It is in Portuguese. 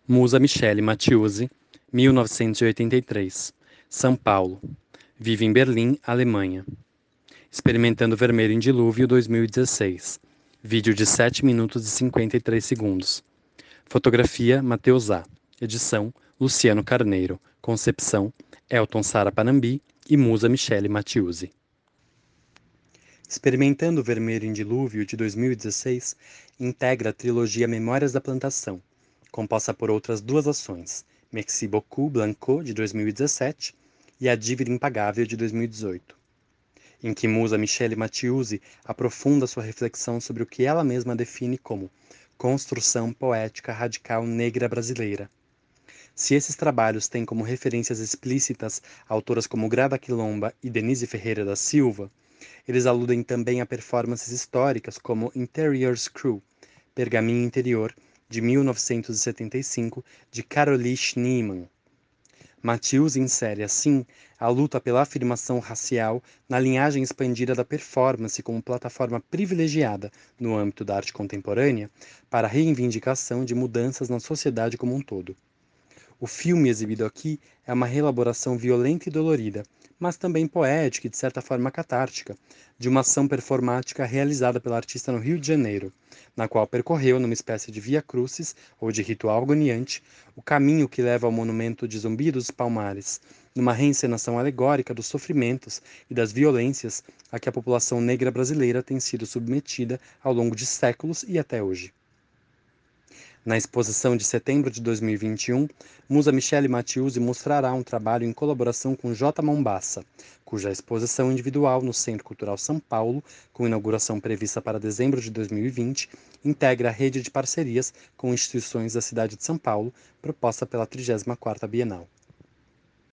Musa Michele Mattiusi, 1983, São Paulo. Vive em Berlim, Alemanha. Experimentando Vermelho em Dilúvio 2016. Vídeo de 7 minutos e 53 segundos. Fotografia Matheus A. Edição Luciano Carneiro. Concepção Elton Sara Panambi e Musa Michele Mattiusi. Experimentando Vermelho em Dilúvio de 2016 integra a trilogia Memórias da Plantação, composta por outras duas ações, Merci Beaucoup Blanco, de 2017, e A Dívida Impagável, de 2018, em que Musa Michele Mattiusi aprofunda sua reflexão sobre o que ela mesma define como construção poética radical negra brasileira. Se esses trabalhos têm como referências explícitas autoras como Grada Quilomba e Denise Ferreira da Silva, eles aludem também a performances históricas como Interior Screw, Pergaminho Interior, de 1975, de Carolee Schneemann. Mattiusi insere, assim, a luta pela afirmação racial na linhagem expandida da performance como plataforma privilegiada, no âmbito da arte contemporânea, para a reivindicação de mudanças na sociedade como um todo. O filme exibido aqui é uma reelaboração violenta e dolorida, mas também poética e de certa forma catártica, de uma ação performática realizada pela artista no Rio de Janeiro, na qual percorreu, numa espécie de via crucis, ou de ritual agoniante, o caminho que leva ao monumento de Zumbi dos Palmares, numa reencenação alegórica dos sofrimentos e das violências a que a população negra brasileira tem sido submetida ao longo de séculos e até hoje. Na exposição de setembro de 2021, Musa Michele Mattiusi mostrará um trabalho em colaboração com J. Mombassa, cuja exposição individual no Centro Cultural São Paulo, com inauguração prevista para dezembro de 2020, integra a rede de parcerias com instituições da cidade de São Paulo, proposta pela 34ª Bienal.